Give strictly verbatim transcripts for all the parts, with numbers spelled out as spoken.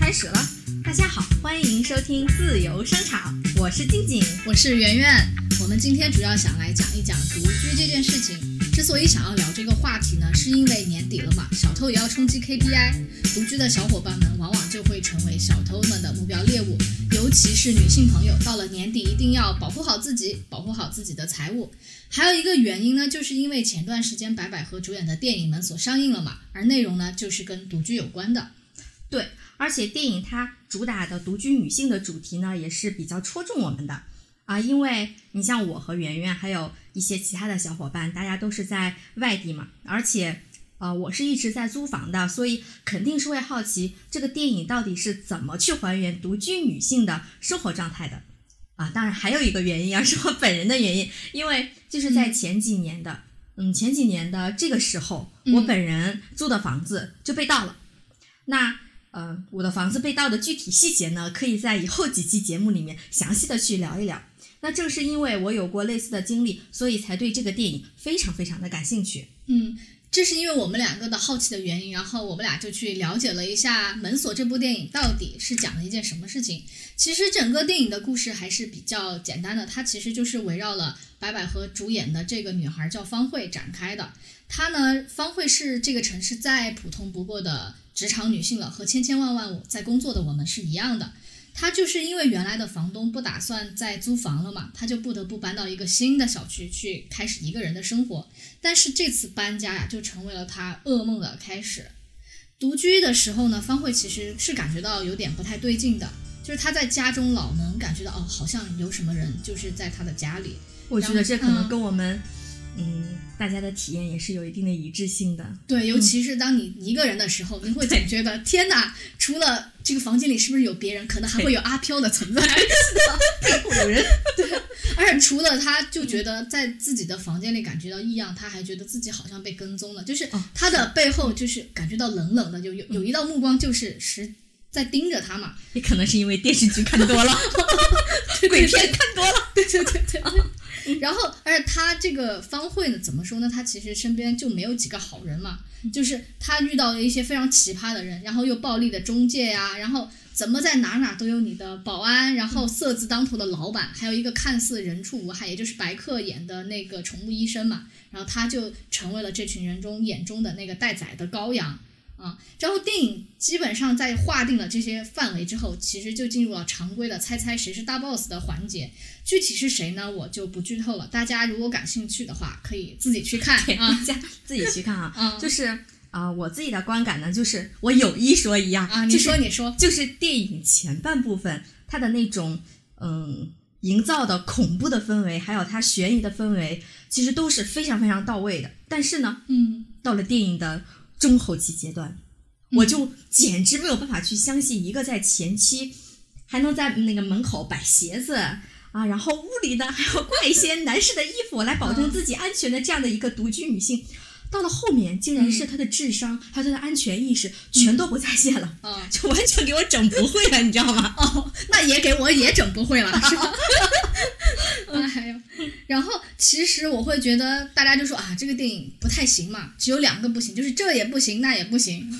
开始了。大家好，欢迎收听自由声场，我是静静， 我是圆圆。我们今天主要想来讲一讲独居这件事情。之所以想要聊这个话题呢，是因为年底了嘛，小偷也要冲击 K P I， 独居的小伙伴们往往就会成为小偷们的目标猎物，尤其是女性朋友，到了年底一定要保护好自己，保护好自己的财物。还有一个原因呢，就是因为前段时间白百合主演的电影们所上映了嘛，而内容呢就是跟独居有关的。 对，而且电影它主打的独居女性的主题呢，也是比较戳中我们的啊，因为你像我和圆圆，还有一些其他的小伙伴，大家都是在外地嘛，而且呃，我是一直在租房的，所以肯定是会好奇这个电影到底是怎么去还原独居女性的生活状态的啊。当然还有一个原因啊，是我本人的原因，因为就是在前几年的嗯前几年的这个时候，我本人租的房子就被盗了。那呃，我的房子被盗的具体细节呢，可以在以后几期节目里面详细的去聊一聊。那正是因为我有过类似的经历，所以才对这个电影非常非常的感兴趣。 嗯，这是因为我们两个的好奇的原因，然后我们俩就去了解了一下《门锁》这部电影到底是讲了一件什么事情。其实整个电影的故事还是比较简单的，它其实就是围绕了白百合主演的这个女孩叫方慧展开的。她呢，方慧是这个城市再普通不过的职场女性了，和千千万万在工作的我们是一样的。她就是因为原来的房东不打算再租房了嘛，她就不得不搬到一个新的小区去开始一个人的生活。但是这次搬家呀，就成为了她噩梦的开始。独居的时候呢，方慧其实是感觉到有点不太对劲的，就是她在家中老能感觉到哦，好像有什么人就是在她的家里。 我觉得这可能跟我们嗯大家的体验也是有一定的一致性的。 对，尤其是当你一个人的时候，嗯、你会总觉得天哪，除了这个房间里是不是有别人，可能还会有阿飘的存在。是的， 背后有人。 对，而且除了他就觉得在自己的房间里感觉到异样，他还觉得自己好像被跟踪了，就是他的背后就是感觉到冷冷的，就有有一道目光就是实在盯着他嘛。 也可能是因为电视剧看多了，鬼片看多了。 对对对对对。然后而且他这个方慧呢，怎么说呢，他其实身边就没有几个好人嘛，就是他遇到了一些非常奇葩的人，然后又暴力的中介呀、啊，然后怎么在哪哪都有你的保安，然后色字当头的老板，还有一个看似人畜无害，也就是白客演的那个宠物医生嘛，然后他就成为了这群人中眼中的那个待宰的羔羊啊。然后电影基本上在划定了这些范围之后，其实就进入了常规的猜猜谁是大 boss 的环节。具体是谁呢，我就不剧透了，大家如果感兴趣的话可以自己去看啊， 大家自己去看啊。嗯、就是啊、呃，我自己的观感呢，就是我有一说一啊， 啊，你说你说， 就是电影前半部分它的那种嗯营造的恐怖的氛围，还有它悬疑的氛围，其实都是非常非常到位的。但是呢，嗯，到了电影的中后期阶段，我就简直没有办法去相信一个在前期还能在那个门口摆鞋子啊，然后屋里呢还要挂一些男士的衣服来保证自己安全的这样的一个独居女性，到了后面竟然是她的智商、嗯、还有她的安全意识全都不在线了，嗯、就完全给我整不会了，你知道吗？ 哦，那也给我也整不会了，是吧？哎呦，然后其实我会觉得大家就说啊，这个电影不太行嘛，只有两个不行，就是这也不行那也不行。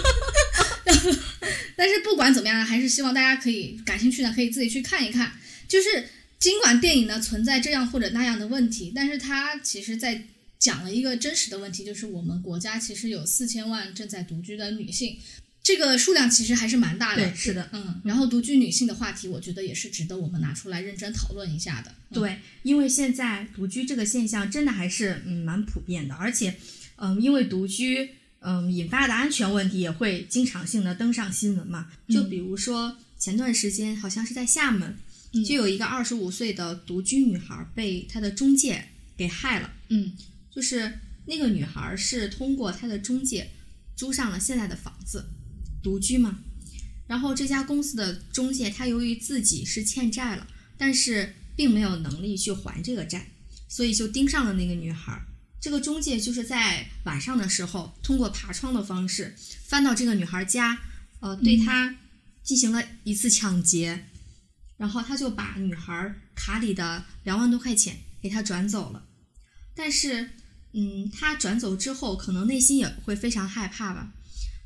但是不管怎么样，还是希望大家可以感兴趣的可以自己去看一看。就是尽管电影呢存在这样或者那样的问题，但是它其实在讲了一个真实的问题，就是我们国家其实有四千万正在独居的女性。这个数量其实还是蛮大的。 对，是的， 嗯，然后独居女性的话题，我觉得也是值得我们拿出来认真讨论一下的。 嗯、对，因为现在独居这个现象真的还是嗯蛮普遍的，而且嗯因为独居嗯引发的安全问题也会经常性的登上新闻嘛。就比如说前段时间好像是在厦门，嗯、就有一个二十五岁的独居女孩被她的中介给害了。 嗯， 就是那个女孩是通过她的中介租上了现在的房子。独居嘛，然后这家公司的中介他由于自己是欠债了，但是并没有能力去还这个债，所以就盯上了那个女孩。这个中介就是在晚上的时候通过爬窗的方式翻到这个女孩家，呃，对她进行了一次抢劫，嗯、然后他就把女孩卡里的两万多块钱给她转走了。但是嗯，他转走之后可能内心也会非常害怕吧。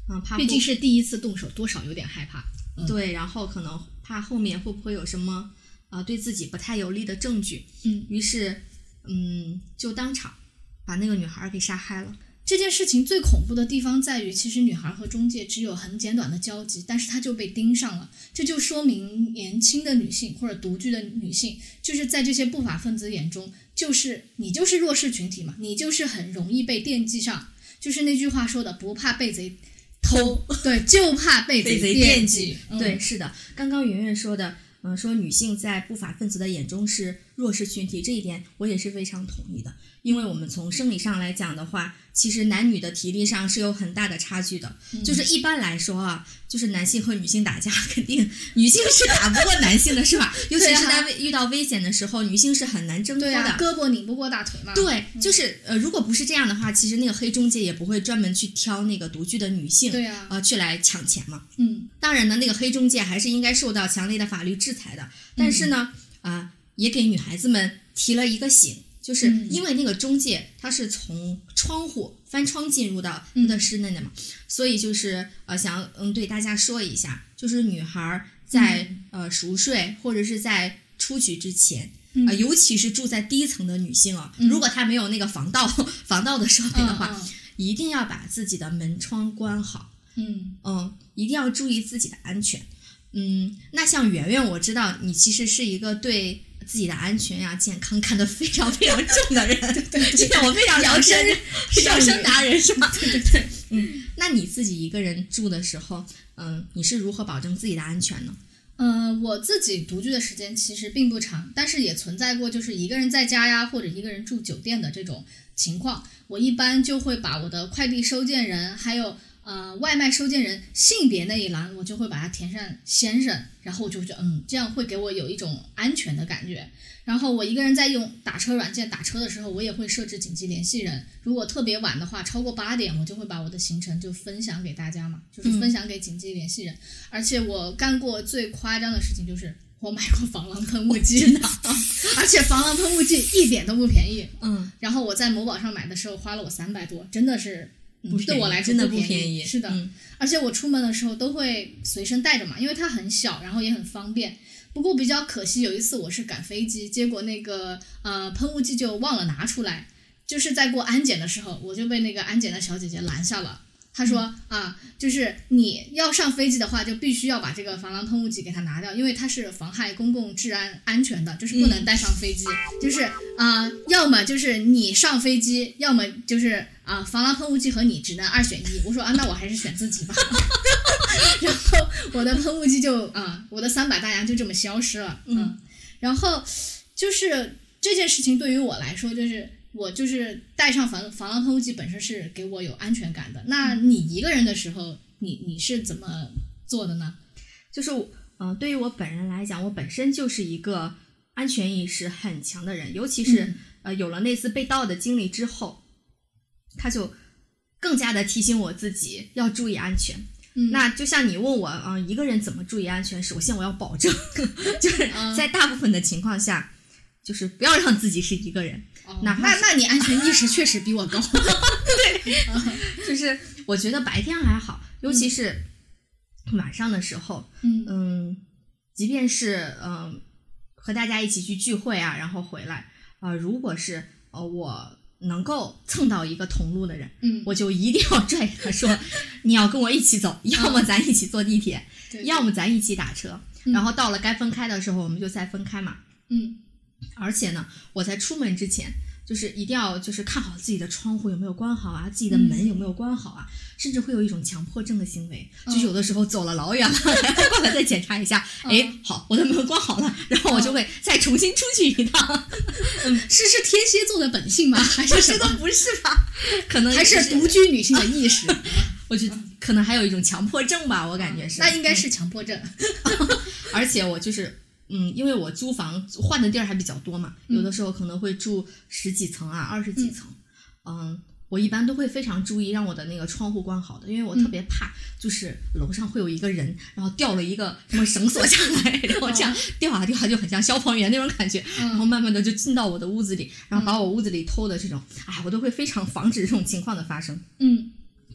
嗯，怕毕竟是第一次动手，多少有点害怕。 嗯、对，然后可能怕后面会不会有什么呃对自己不太有利的证据， 嗯， 于是嗯就当场把那个女孩给杀害了。 这件事情最恐怖的地方在于，其实女孩和中介只有很简短的交集，但是她就被盯上了。这就说明年轻的女性或者独居的女性，就是在这些不法分子眼中，就是你就是弱势群体嘛，你就是很容易被惦记上。就是那句话说的，不怕被贼偷，对，就怕被贼惦记。 嗯、对，是的，刚刚圆圆说的。嗯，说女性在不法分子的眼中是弱势群体，这一点我也是非常同意的。因为我们从生理上来讲的话，其实男女的体力上是有很大的差距的。 嗯、 就是一般来说啊，就是男性和女性打架，肯定女性是打不过男性的，是吧？尤其是在遇到危险的时候，女性是很难挣脱的。 对啊，胳膊拧不过大腿嘛。 对，就是呃，如果不是这样的话，其实那个黑中介也不会专门去挑那个独居的女性， 对啊， 呃，去来抢钱嘛。 嗯， 当然呢，那个黑中介还是应该受到强烈的法律制裁的。但是呢，啊、呃，也给女孩子们提了一个醒。就是因为那个中介他是从窗户翻窗进入到他的室内的嘛，嗯、所以就是呃想嗯对大家说一下，就是女孩在、嗯、呃熟睡或者是在出去之前， 嗯呃、尤其是住在低层的女性啊，嗯、如果她没有那个防盗防盗的设备的话， 嗯嗯、 一定要把自己的门窗关好， 嗯嗯，一定要注意自己的安全。嗯，那像圆圆，我知道你其实是一个对自己的安全呀、健康看得非常非常重的人， 对对对， 这点我非常养生养生达人是吧？ 对对对， 嗯，那你自己一个人住的时候，嗯，你是如何保证自己的安全呢？ 嗯、呃，我自己独居的时间其实并不长，但是也存在过就是一个人在家呀，或者一个人住酒店的这种情况。我一般就会把我的快递收件人还有呃，外卖收件人性别那一栏，我就会把它填上先生，然后我就觉得，嗯，这样会给我有一种安全的感觉。然后我一个人在用打车软件打车的时候，我也会设置紧急联系人。如果特别晚的话，超过八点，我就会把我的行程就分享给大家嘛，就是分享给紧急联系人。嗯、而且我干过最夸张的事情就是，我买过防狼喷雾剂，真的，而且防狼喷雾剂一点都不便宜。 嗯， 然后我在某宝上买的时候花了我三百多，真的是。 嗯、 对我来说真的不便宜， 是的、 嗯， 而且我出门的时候都会随身带着嘛，因为它很小，然后也很方便。不过比较可惜，有一次我是赶飞机，结果那个呃喷雾剂就忘了拿出来，就是在过安检的时候，我就被那个安检的小姐姐拦下了。她说、嗯、啊，就是你要上飞机的话，就必须要把这个防狼喷雾剂给它拿掉，因为它是妨害公共治安安全的，就是不能带上飞机。嗯、就是啊、呃，要么就是你上飞机，要么就是啊、呃，防狼喷雾剂和你只能二选一。我说啊，那我还是选自己吧。然后我的喷雾剂就啊、呃，我的三百大洋就这么消失了。嗯，嗯然后就是这件事情对于我来说，就是我就是带上防防狼喷雾剂本身是给我有安全感的。那你一个人的时候，你你是怎么做的呢？ 就是嗯、呃，对于我本人来讲，我本身就是一个安全意识很强的人，尤其是、嗯、呃有了那次被盗的经历之后，他就更加的提醒我自己要注意安全。嗯、那就像你问我啊、呃，一个人怎么注意安全？首先我要保证，就是在大部分的情况下，就是不要让自己是一个人。 哦、那那那你安全意识确实比我高。 对，就是我觉得白天还好，尤其是晚上的时候， 嗯嗯，即便是嗯、呃、和大家一起去聚会啊，然后回来，呃，如果是呃我能够蹭到一个同路的人， 嗯， 我就一定要拽他说，你要跟我一起走，要么咱一起坐地铁， 对对要么咱一起打车， 嗯、 然后到了该分开的时候，我们就再分开嘛， 嗯。 而且呢，我在出门之前，就是一定要就是看好自己的窗户有没有关好啊，自己的门有没有关好啊，嗯、甚至会有一种强迫症的行为， 嗯、 就是有的时候走了老远了，然后过来再检查一下，哎、嗯，好，我的门关好了，然后我就会再重新出去一趟。 嗯，是是天蝎座的本性吗？还是什么？ 不是吧？可能还是独居女性的意识。 我觉得可能还有一种强迫症吧，我感觉是。 那应该是强迫症。 而且我就是。嗯，因为我租房换的地儿还比较多嘛，有的时候可能会住十几层啊，二十几层。嗯, 嗯，我一般都会非常注意让我的那个窗户关好的，因为我特别怕，就是楼上会有一个人，然后掉了一个什么绳索下来，然后这样掉啊掉啊，就很像消防员那种感觉，然后慢慢的就进到我的屋子里，然后把我屋子里偷的这种，哎，我都会非常防止这种情况的发生。 嗯。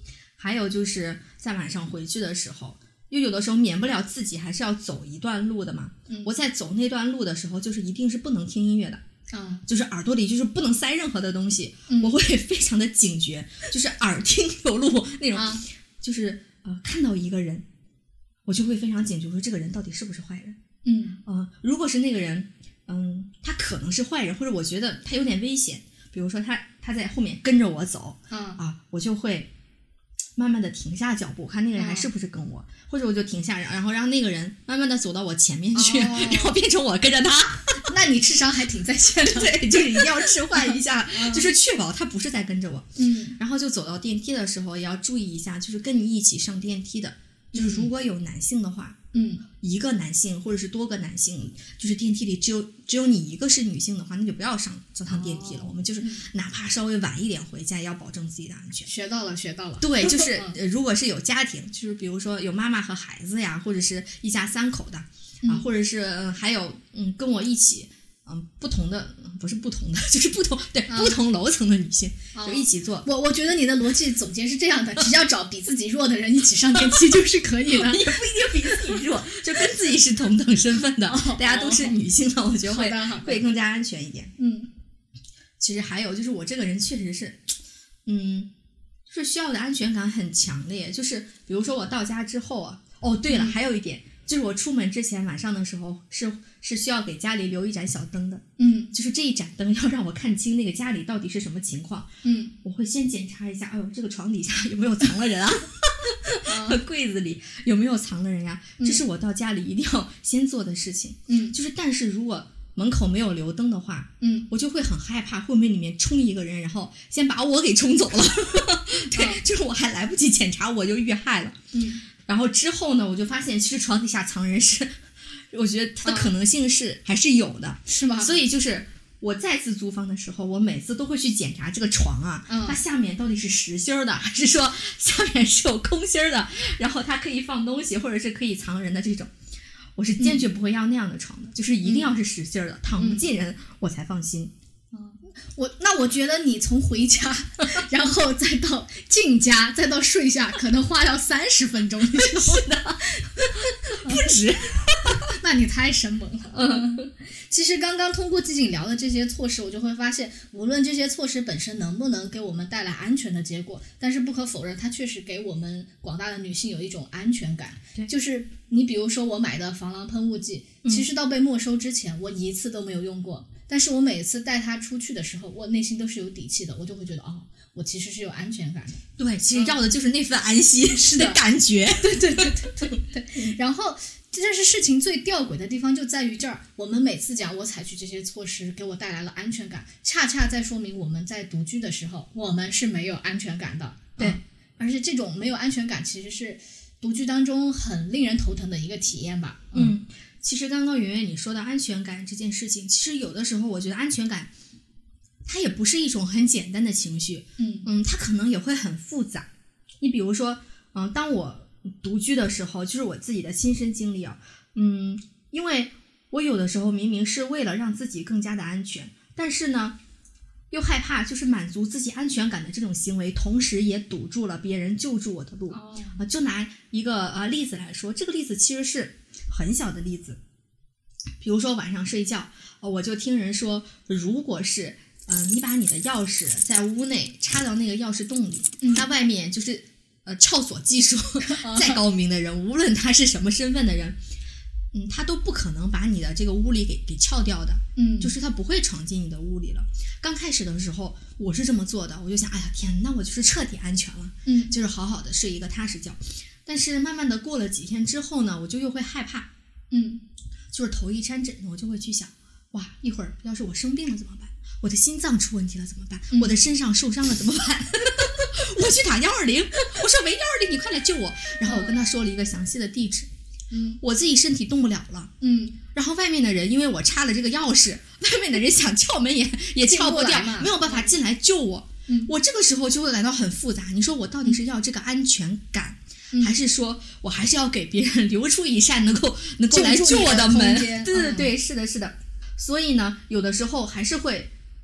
还有就是在晚上回去的时候，又有的时候免不了自己还是要走一段路的嘛。 嗯、 我在走那段路的时候，就是一定是不能听音乐的。 啊， 就是耳朵里就是不能塞任何的东西， 嗯、 我会非常的警觉，就是耳听六路那种， 啊、 就是呃看到一个人，我就会非常警觉，说这个人到底是不是坏人。 嗯， 呃，如果是那个人，嗯，他可能是坏人，或者我觉得他有点危险，比如说他他在后面跟着我走， 啊啊，我就会慢慢的停下脚步，看那个人还是不是跟我，啊、或者我就停下，然后让那个人慢慢的走到我前面去， 哦、 然后变成我跟着他。 那你智商还挺在线的。 对，就是一定要置换一下，就是确保他不是在跟着我。 嗯， 然后就走到电梯的时候也要注意一下，就是跟你一起上电梯的，就是如果有男性的话， 嗯， 一个男性或者是多个男性，就是电梯里只有只有你一个是女性的话，那就不要上这趟电梯了。 哦、 我们就是哪怕稍微晚一点回家，也要保证自己的安全。 学到了，学到了。 对，就是、 嗯呃、如果是有家庭，就是比如说有妈妈和孩子呀，或者是一家三口的、 嗯、 啊，或者是、呃、还有嗯跟我一起。嗯，不同的不是不同的，就是不同对、啊、不同楼层的女性、啊、就一起坐。 我我觉得你的逻辑总结是这样的：只要找比自己弱的人一起上电梯就是可以的， 也不一定比自己弱，就跟自己是同等身份的， 哦、 大家都是女性的，我觉得会会更加安全一点。 嗯， 其实还有就是我这个人确实是，嗯，就是需要的安全感很强烈。就是比如说我到家之后啊，哦对了，嗯、还有一点。就是我出门之前晚上的时候是是需要给家里留一盏小灯的， 嗯， 就是这一盏灯要让我看清那个家里到底是什么情况， 嗯， 我会先检查一下，哎呦这个床底下有没有藏了人啊， 嗯、 柜子里有没有藏了人呀、啊，这是我到家里一定要先做的事情， 嗯， 就是但是如果门口没有留灯的话， 嗯， 我就会很害怕会不会里面冲一个人，然后先把我给冲走了，对，嗯、就是我还来不及检查我就遇害了， 嗯。 然后之后呢，我就发现其实床底下藏人是，我觉得它的可能性是、嗯、还是有的， 是吗？ 所以就是我再次租房的时候，我每次都会去检查这个床啊， 嗯、 它下面到底是实心的，还是说下面是有空心的，然后它可以放东西或者是可以藏人的这种，我是坚决不会要那样的床的，嗯、就是一定要是实心的，嗯、躺不进人我才放心。 我那我觉得你从回家，然后再到进家，再到睡下，可能花要三十分钟，是的， 不止。 那你太生猛了。嗯，其实刚刚通过季景聊的这些措施，我就会发现，无论这些措施本身能不能给我们带来安全的结果，但是不可否认，它确实给我们广大的女性有一种安全感。就是你比如说我买的防狼喷雾剂，其实到被没收之前，我一次都没有用过。但是我每次带他出去的时候，我内心都是有底气的，我就会觉得哦，我其实是有安全感的。 对，其实要的就是那份安心是的感觉。 对对对对对对。然后，但是事情最吊诡的地方就在于这儿，我们每次讲我采取这些措施给我带来了安全感，恰恰在说明我们在独居的时候，我们是没有安全感的。 对， 嗯、而且这种没有安全感其实是独居当中很令人头疼的一个体验吧。 嗯。嗯，其实刚刚圆圆你说的安全感这件事情，其实有的时候我觉得安全感它也不是一种很简单的情绪， 嗯嗯，它可能也会很复杂。你比如说，嗯、呃，当我独居的时候，就是我自己的亲身经历啊，嗯，因为我有的时候明明是为了让自己更加的安全，但是呢，又害怕就是满足自己安全感的这种行为，同时也堵住了别人救助我的路。啊、 哦呃，就拿一个呃例子来说，这个例子其实是很小的例子，比如说晚上睡觉，呃、我就听人说，如果是呃你把你的钥匙在屋内插到那个钥匙洞里， 嗯、 那外面就是呃撬锁技术再高明的人，无论他是什么身份的人，嗯，他都不可能把你的这个屋里给给撬掉的， 嗯， 就是他不会闯进你的屋里了。刚开始的时候我是这么做的，我就想，哎呀天，那我就是彻底安全了， 嗯， 就是好好的睡一个踏实觉。但是慢慢的过了几天之后呢，我就又会害怕， 嗯， 就是头一沾枕头，我就会去想，哇，一会儿要是我生病了怎么办？我的心脏出问题了怎么办？ 嗯、 我的身上受伤了怎么办？我去打一二零，我说喂一二零，你快来救我！然后我跟他说了一个详细的地址， 嗯， 我自己身体动不了了， 嗯， 然后外面的人因为我插了这个钥匙，外面的人想撬门也也撬不掉，没有办法进来救我。 嗯， 我这个时候就会感到很复杂。你说我到底是要这个安全感？ 嗯、 还是说我还是要给别人留出一扇能够能够来救我的门？对对对，是的，是的。所以呢，有的时候还是会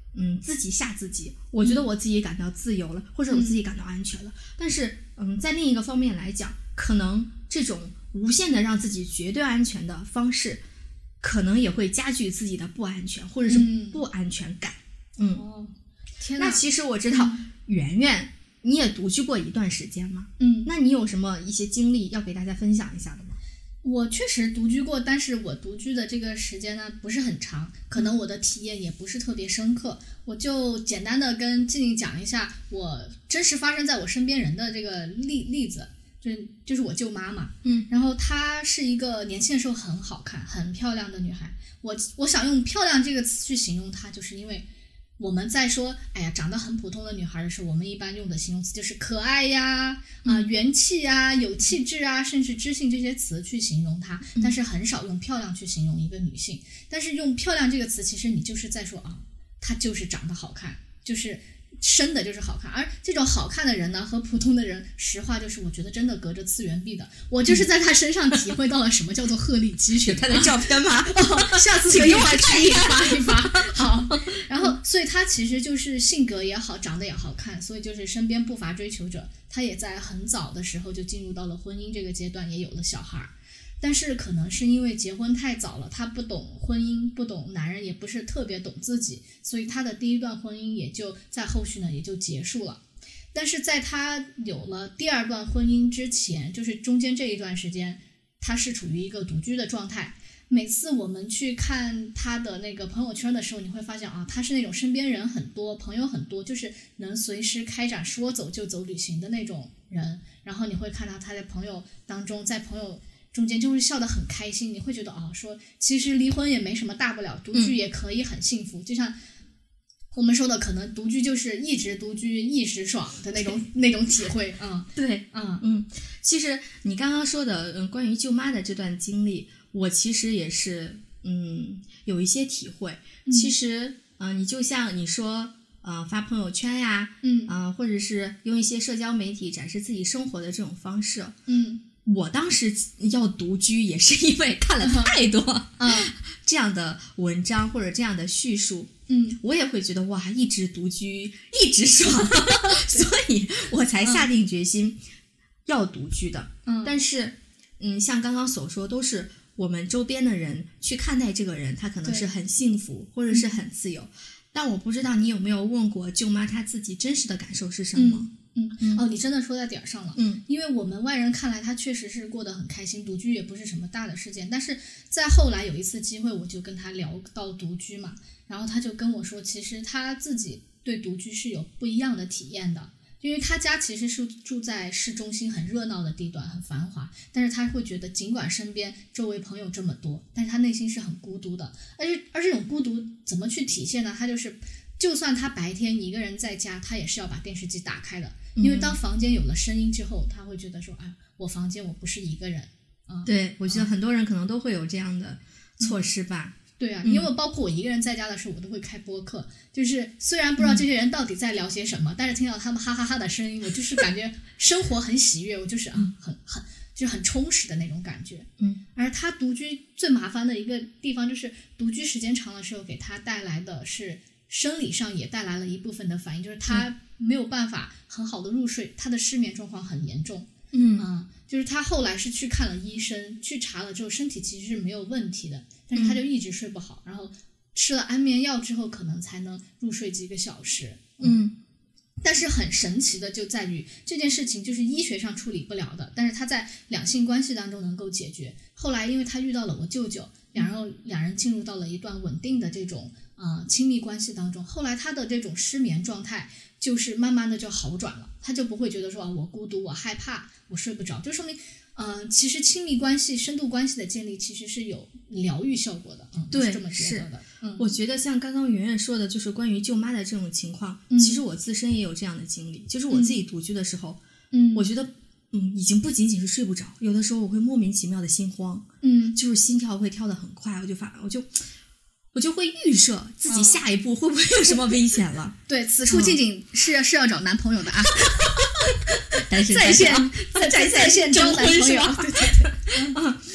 嗯自己吓自己，我觉得我自己感到自由了，或者我自己感到安全了。但是嗯，在另一个方面来讲，可能这种无限的让自己绝对安全的方式，可能也会加剧自己的不安全或者是不安全感。嗯， 哦，天哪！ 那其实我知道、嗯、圆圆你也独居过一段时间吗？ 嗯， 那你有什么一些经历要给大家分享一下的吗？ 我确实独居过，但是我独居的这个时间呢不是很长，可能我的体验也不是特别深刻。我就简单的跟静静讲一下我真实发生在我身边人的这个例例子，就就是我舅妈嘛。 嗯， 然后她是一个年轻的时候很好看、很漂亮的女孩。我我想用漂亮这个词去形容她，就是因为我们在说哎呀长得很普通的女孩的时候，我们一般用的形容词就是可爱呀、啊、呃、元气呀、有气质啊，甚至知性这些词去形容她，但是很少用漂亮去形容一个女性。但是用漂亮这个词，其实你就是在说啊，她就是长得好看，就是生的就是好看。而这种好看的人呢，和普通的人，实话就是我觉得真的隔着次元壁的。我就是在他身上体会到了什么叫做鹤立鸡群。 有他的照片吗？ 哦、下次可以把去发一发。好，然后所以他其实就是性格也好，长得也好看，所以就是身边不乏追求者。他也在很早的时候就进入到了婚姻这个阶段，也有了小孩。但是可能是因为结婚太早了，他不懂婚姻，不懂男人，也不是特别懂自己，所以他的第一段婚姻也就在后续呢也就结束了。但是在他有了第二段婚姻之前，就是中间这一段时间，他是处于一个独居的状态。每次我们去看他的那个朋友圈的时候，你会发现啊，他是那种身边人很多，朋友很多，就是能随时开展说走就走旅行的那种人。然后你会看到他在朋友当中，在朋友中间就会笑得很开心，你会觉得哦，说其实离婚也没什么大不了，独居也可以很幸福。嗯、就像我们说的，可能独居就是一直独居一时爽的那种那种体会。嗯， 对， 嗯嗯。其实你刚刚说的，嗯，关于舅妈的这段经历，我其实也是，嗯，有一些体会。 嗯、 其实，嗯、呃，你就像你说，呃，发朋友圈呀， 嗯， 啊、呃，或者是用一些社交媒体展示自己生活的这种方式， 嗯。 我当时要独居也是因为看了太多嗯这样的文章或者这样的叙述， 嗯， 我也会觉得哇，一直独居一直爽，所以我才下定决心要独居的。 嗯， 但是嗯，像刚刚所说，都是我们周边的人去看待这个人，他可能是很幸福或者是很自由，但我不知道你有没有问过舅妈她自己真实的感受是什么。 嗯嗯嗯，哦，你真的说在点儿上了。 嗯， 因为我们外人看来，他确实是过得很开心，独居也不是什么大的事件。但是在后来有一次机会，我就跟他聊到独居嘛，然后他就跟我说，其实他自己对独居是有不一样的体验的。因为他家其实是住在市中心很热闹的地段，很繁华，但是他会觉得尽管身边周围朋友这么多，但是他内心是很孤独的。而且而这种孤独怎么去体现呢？他就是就算他白天一个人在家，他也是要把电视机打开的，因为当房间有了声音之后，他会觉得说，哎，我房间我不是一个人。嗯， 对，我觉得很多人可能都会有这样的措施吧。 嗯，对啊，因为包括我一个人在家的时候，我都会开播客，就是虽然不知道这些人到底在聊些什么，嗯、但是听到他们哈哈哈的声音，我就是感觉生活很喜悦，我就是啊，很很就是很充实的那种感觉。 嗯， 而他独居最麻烦的一个地方，就是独居时间长的时候，给他带来的是生理上也带来了一部分的反应，就是他没有办法很好的入睡，他的失眠状况很严重。 嗯啊，就是他后来是去看了医生，去查了之后，身体其实是没有问题的，但是他就一直睡不好，嗯、然后吃了安眠药之后，可能才能入睡几个小时。 嗯， 嗯但是很神奇的就在于这件事情就是医学上处理不了的，但是他在两性关系当中能够解决。后来因为他遇到了我舅舅，两人两人进入到了一段稳定的这种呃亲密关系当中，后来他的这种失眠状态就是慢慢的就好转了，他就不会觉得说啊我孤独，我害怕，我睡不着，就说明呃其实亲密关系深度关系的建立其实是有疗愈效果的。嗯， 对， 是这么觉得的。嗯， 我觉得像刚刚圆圆说的，就是关于舅妈的这种情况， 嗯、 其实我自身也有这样的经历，就是我自己独居的时候， 嗯， 我觉得嗯已经不仅仅是睡不着，有的时候我会莫名其妙的心慌， 嗯， 就是心跳会跳得很快，我就发我就我就会预设自己下一步会不会有什么危险了。 对，此处静静是要、嗯、是要找男朋友的啊， 但是在线在在在线招男朋友。 对对对。嗯，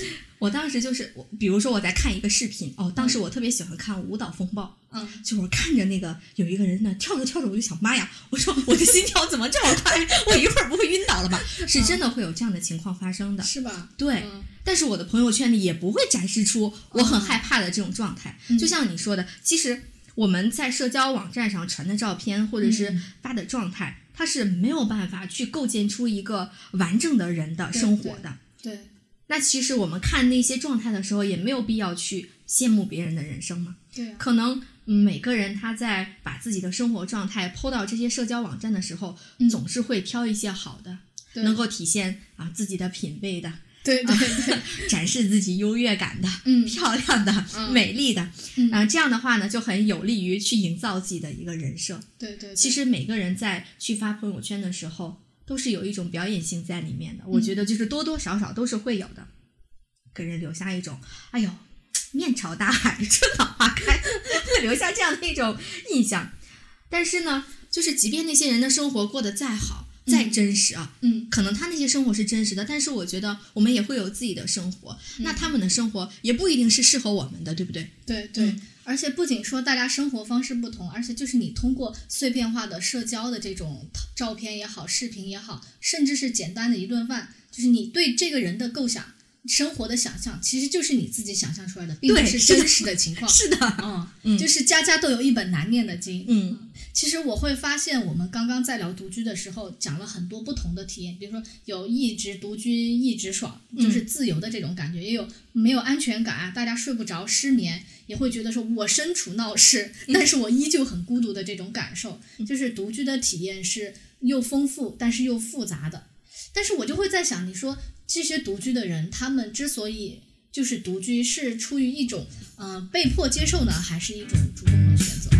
我当时就是我，比如说我在看一个视频哦，当时我特别喜欢看舞蹈风暴， 嗯， 就我看着那个有一个人呢跳着跳着，我就想妈呀，我说我的心跳怎么这么快？我一会儿不会晕倒了吧？是真的会有这样的情况发生的， 是吧？ 对。 嗯， 但是我的朋友圈里也不会展示出我很害怕的这种状态， 嗯、 就像你说的，其实我们在社交网站上传的照片或者是发的状态，嗯、它是没有办法去构建出一个完整的人的生活的。 对。对对， 那其实我们看那些状态的时候，也没有必要去羡慕别人的人生嘛。 对、啊， 可能、嗯、每个人他在把自己的生活状态 po 到这些社交网站的时候，嗯、总是会挑一些好的，能够体现啊自己的品味的。 对对对、 啊，展示自己优越感的， 嗯， 漂亮的， 嗯、 美丽的， 嗯、 啊，这样的话呢，就很有利于去营造自己的一个人设。 对 对, 对， 其实每个人在去发朋友圈的时候，都是有一种表演性在里面的。我觉得就是多多少少都是会有的，给人留下一种，哎呦，面朝大海，春暖花开，会留下这样的一种印象。但是呢，就是即便那些人的生活过得再好，再真实啊， 嗯， 可能他那些生活是真实的，但是我觉得我们也会有自己的生活，嗯、那他们的生活也不一定是适合我们的，对不对？ 对对、 嗯， 而且不仅说大家生活方式不同，而且就是你通过碎片化的社交的这种照片也好，视频也好，甚至是简单的一顿饭，就是你对这个人的构想。生活的想象其实就是你自己想象出来的，并不是真实的情况。 是的， 嗯， 嗯， 就是家家都有一本难念的经。 嗯， 其实我会发现，我们刚刚在聊独居的时候，讲了很多不同的体验，比如说有一直独居一直爽，就是自由的这种感觉，嗯、也有没有安全感啊，大家睡不着、失眠，也会觉得说我身处闹市，但是我依旧很孤独的这种感受。嗯、就是独居的体验是又丰富，但是又复杂的。但是我就会在想，你说这些独居的人，他们之所以就是独居，是出于一种呃被迫接受呢，还是一种主动的选择？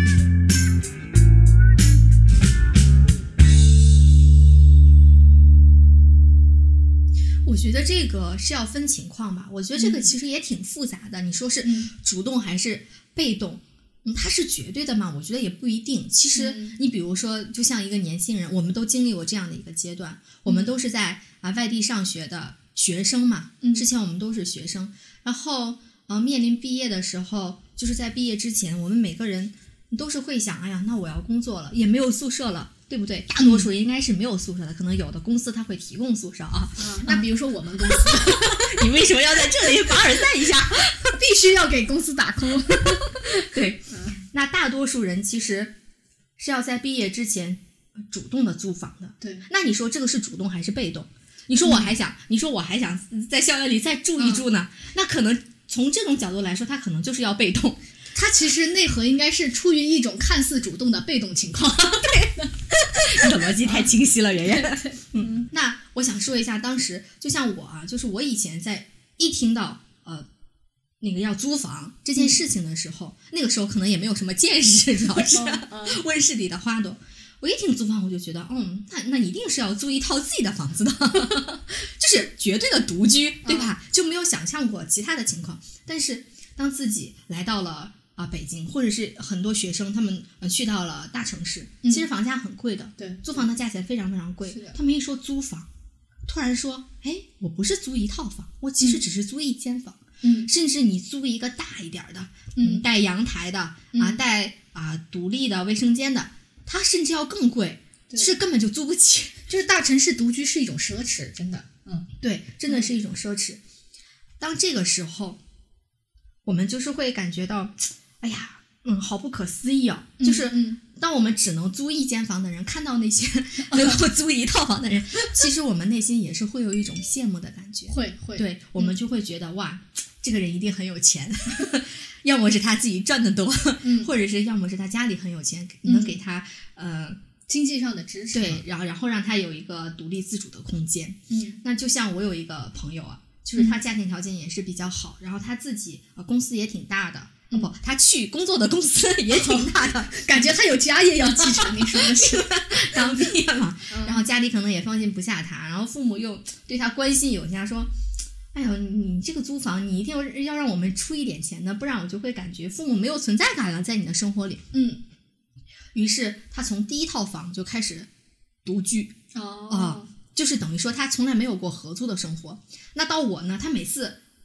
我觉得这个是要分情况吧。我觉得这个其实也挺复杂的。嗯、你说是主动还是被动？嗯，它是绝对的吗？我觉得也不一定。其实你比如说，就像一个年轻人，我们都经历过这样的一个阶段，我们都是在啊外地上学的学生嘛。之前我们都是学生，然后呃面临毕业的时候，就是在毕业之前，我们每个人都是会想，哎呀，那我要工作了，也没有宿舍了。对不对？大多数应该是没有宿舍的，可能有的公司它会提供宿舍啊。 啊那比如说我们公司， 你为什么要在这里凡尔赛一下？ 必须要给公司打 call。 对，那大多数人其实是要在毕业之前主动的租房的。 对， 那你说这个是主动还是被动？你说我还想，嗯、你说我还想在校园里再住一住呢？嗯、那可能从这种角度来说，他可能就是要被动。 它其实内核应该是出于一种看似主动的被动情况。 对，你的逻辑太清晰了，圆圆。嗯，那我想说一下，当时就像我啊，就是我以前在一听到呃那个要租房这件事情的时候，嗯、那个时候可能也没有什么见识，主要是温室里的花朵。我一听租房，我就觉得，嗯，那那一定是要租一套自己的房子的，就是绝对的独居，对吧？就没有想象过其他的情况。但是当自己来到了啊，北京或者是很多学生，他们呃去到了大城市， 嗯、 其实房价很贵的， 对， 租房的价钱非常非常贵。 是的， 他们一说租房，突然说，哎，我不是租一套房，我其实只是租一间房， 嗯， 甚至你租一个大一点的， 嗯， 带阳台的、 嗯、 啊，带啊独立的卫生间的，它甚至要更贵，是根本就租不起。 就是大城市独居是一种奢侈，真的，嗯， 对，真的是一种奢侈。嗯、当这个时候，我们就是会感觉到，哎呀，嗯，好不可思议哦！ 嗯、 就是当我们只能租一间房的人，看到那些能够租一套房的人，其实我们内心也是会有一种羡慕的感觉。 会会， 对，我们就会觉得、嗯、哇，这个人一定很有钱，要么是他自己赚的多， 嗯、 或者是要么是他家里很有钱，能给他、嗯、呃经济上的支持。 对，然后然后让他有一个独立自主的空间。 嗯， 那就像我有一个朋友啊。就是他家庭条件也是比较好，嗯、然后他自己呃公司也挺大的， 嗯、 不，他去工作的公司也挺大的， 感觉他有家业要继承。你说的是刚毕业嘛， 嗯、 然后家里可能也放心不下他，然后父母又对他关心有加，说，哎呦，你这个租房你一定要要让我们出一点钱的，不然我就会感觉父母没有存在感了在你的生活里。 嗯， 于是他从第一套房就开始独居。 哦。 啊、呃就是等于说他从来没有过合租的生活。那到我呢，他每次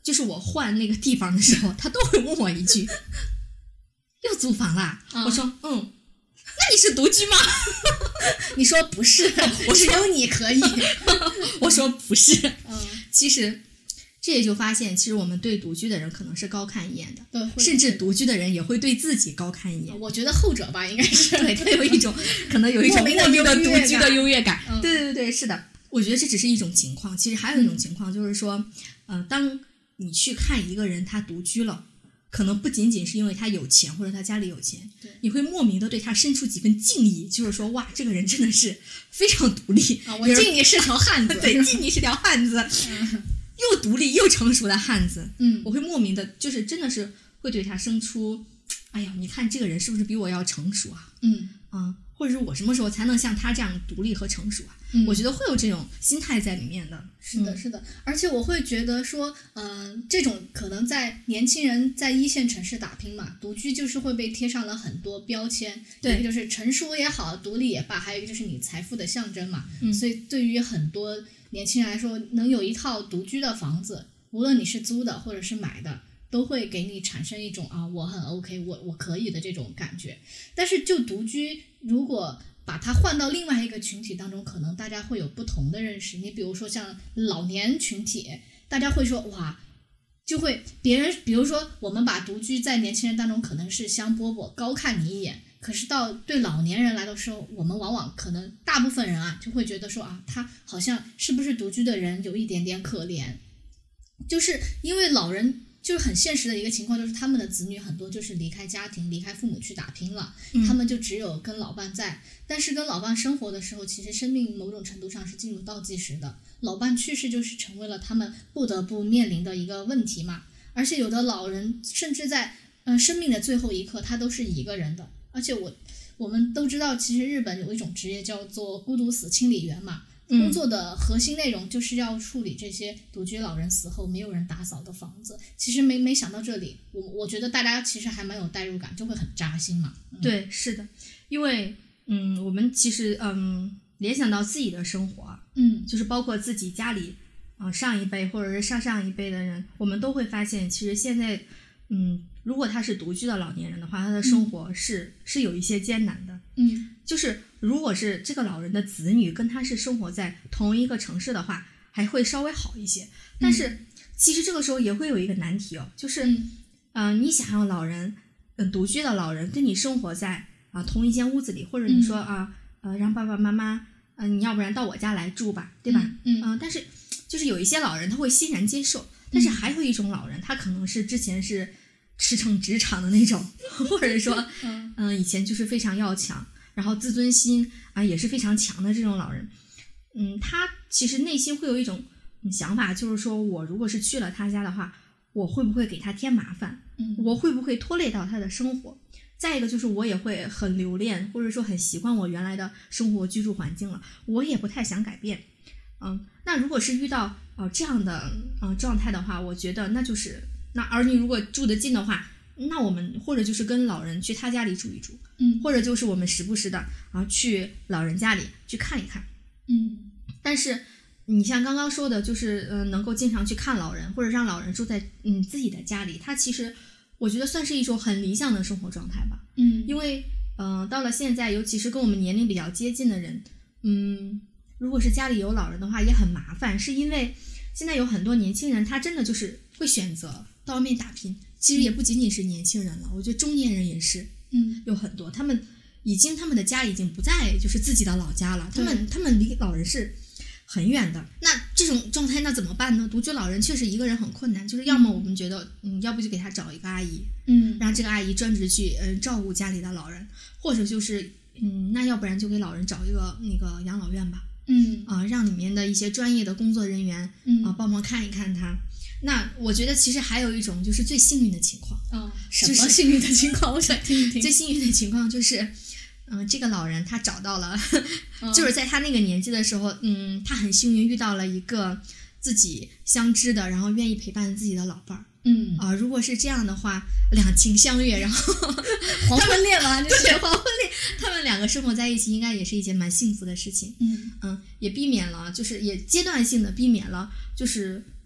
就是我换那个地方的时候，他都会问我一句又租房啦、嗯、我说嗯，那你是独居吗？ 你说不是，我说有你可以。 我说不是。 嗯， 其实这也就发现，其实我们对独居的人可能是高看一眼的， 对， 甚至独居的人也会对自己高看一眼。 我觉得后者吧，应该是对，他有一种可能有一种莫名的独居的优越感。 嗯、 对对对，是的。我觉得这只是一种情况，其实还有一种情况就是说，嗯、呃，当你去看一个人他独居了。可能不仅仅是因为他有钱或者他家里有钱，你会莫名的对他生出几分敬意，就是说哇，这个人真的是非常独立啊！我敬你是条汉子， 对，敬你是条汉子，嗯、又独立又成熟的汉子。 嗯， 我会莫名的，就是真的是会对他生出，哎呀，你看这个人是不是比我要成熟啊？ 嗯啊，或者是我什么时候才能像他这样独立和成熟啊？ 嗯、 我觉得会有这种心态在里面的。 是的，是的，而且我会觉得说，嗯、呃，这种可能在年轻人在一线城市打拼嘛，独居就是会被贴上了很多标签， 对， 一个就是成熟也好，独立也罢，还有一个就是你财富的象征嘛。 嗯， 所以对于很多年轻人来说，能有一套独居的房子，无论你是租的或者是买的，都会给你产生一种啊，我很 OK， 我我可以的这种感觉。但是就独居，如果把它换到另外一个群体当中，可能大家会有不同的认识。你比如说像老年群体，大家会说哇，就会别人比如说我们把独居在年轻人当中可能是香饽饽，高看你一眼，可是到对老年人来的时候，我们往往可能大部分人啊就会觉得说啊，他好像是不是独居的人有一点点可怜，就是因为老人就是很现实的一个情况，就是他们的子女很多就是离开家庭离开父母去打拼了、嗯、他们就只有跟老伴在，但是跟老伴生活的时候，其实生命某种程度上是进入倒计时的，老伴去世就是成为了他们不得不面临的一个问题嘛。而且有的老人甚至在、呃、生命的最后一刻他都是一个人的，而且我我们都知道其实日本有一种职业叫做孤独死清理员嘛，工作的核心内容就是要处理这些独居老人死后没有人打扫的房子。其实没没想到这里，我我觉得大家其实还蛮有代入感，就会很扎心嘛。 嗯、对，是的，因为嗯，我们其实嗯联想到自己的生活， 嗯， 就是包括自己家里啊、呃、上一辈或者是上上一辈的人，我们都会发现，其实现在嗯，如果他是独居的老年人的话，他的生活是、嗯、是有一些艰难的。 嗯， 就是如果是这个老人的子女跟他是生活在同一个城市的话，还会稍微好一些。但是、嗯、其实这个时候也会有一个难题哦，就是嗯、呃，你想要老人嗯独居的老人跟你生活在啊、呃、同一间屋子里，或者你说啊、嗯、呃让爸爸妈妈嗯、呃、你要不然到我家来住吧，对吧？ 嗯嗯、 呃，但是就是有一些老人他会欣然接受，但是还有一种老人他可能是之前是驰骋职场的那种，或者说嗯、呃、以前就是非常要强，然后自尊心啊也是非常强的这种老人，嗯，他其实内心会有一种想法，就是说我如果是去了他家的话，我会不会给他添麻烦？ 嗯， 我会不会拖累到他的生活？再一个就是我也会很留恋，或者说很习惯我原来的生活居住环境了，我也不太想改变。嗯，那如果是遇到呃这样的呃状态的话，我觉得那就是那儿女如果住得近的话，那我们或者就是跟老人去他家里住一住， 嗯， 或者就是我们时不时的啊去老人家里去看一看， 嗯。 但是你像刚刚说的，就是呃能够经常去看老人，或者让老人住在嗯自己的家里，他其实我觉得算是一种很理想的生活状态吧。 嗯， 因为呃到了现在，尤其是跟我们年龄比较接近的人，嗯，如果是家里有老人的话也很麻烦，是因为现在有很多年轻人他真的就是会选择到外面打拼。其实也不仅仅是年轻人了，我觉得中年人也是， 嗯， 有很多他们已经他们的家已经不在就是自己的老家了，他们他们离老人是很远的。那这种状态那怎么办呢？独居老人确实一个人很困难，就是要么我们觉得嗯，要不就给他找一个阿姨， 嗯， 让这个阿姨专职去嗯、呃、照顾家里的老人，或者就是嗯，那要不然就给老人找一个那个养老院吧， 嗯啊、呃，让里面的一些专业的工作人员嗯啊、呃、帮忙看一看他。那我觉得其实还有一种就是最幸运的情况啊、哦，什么幸运的情况？我想听一听。 最幸运的情况就是，嗯、呃，这个老人他找到了，哦、就是在他那个年纪的时候，嗯，他很幸运遇到了一个自己相知的，然后愿意陪伴自己的老伴儿。 嗯啊、呃，如果是这样的话，两情相悦，然后黄昏恋嘛， 对，黄昏恋，他们两个生活在一起，应该也是一件蛮幸福的事情。 嗯嗯，也避免了，就是也阶段性的避免了，就是。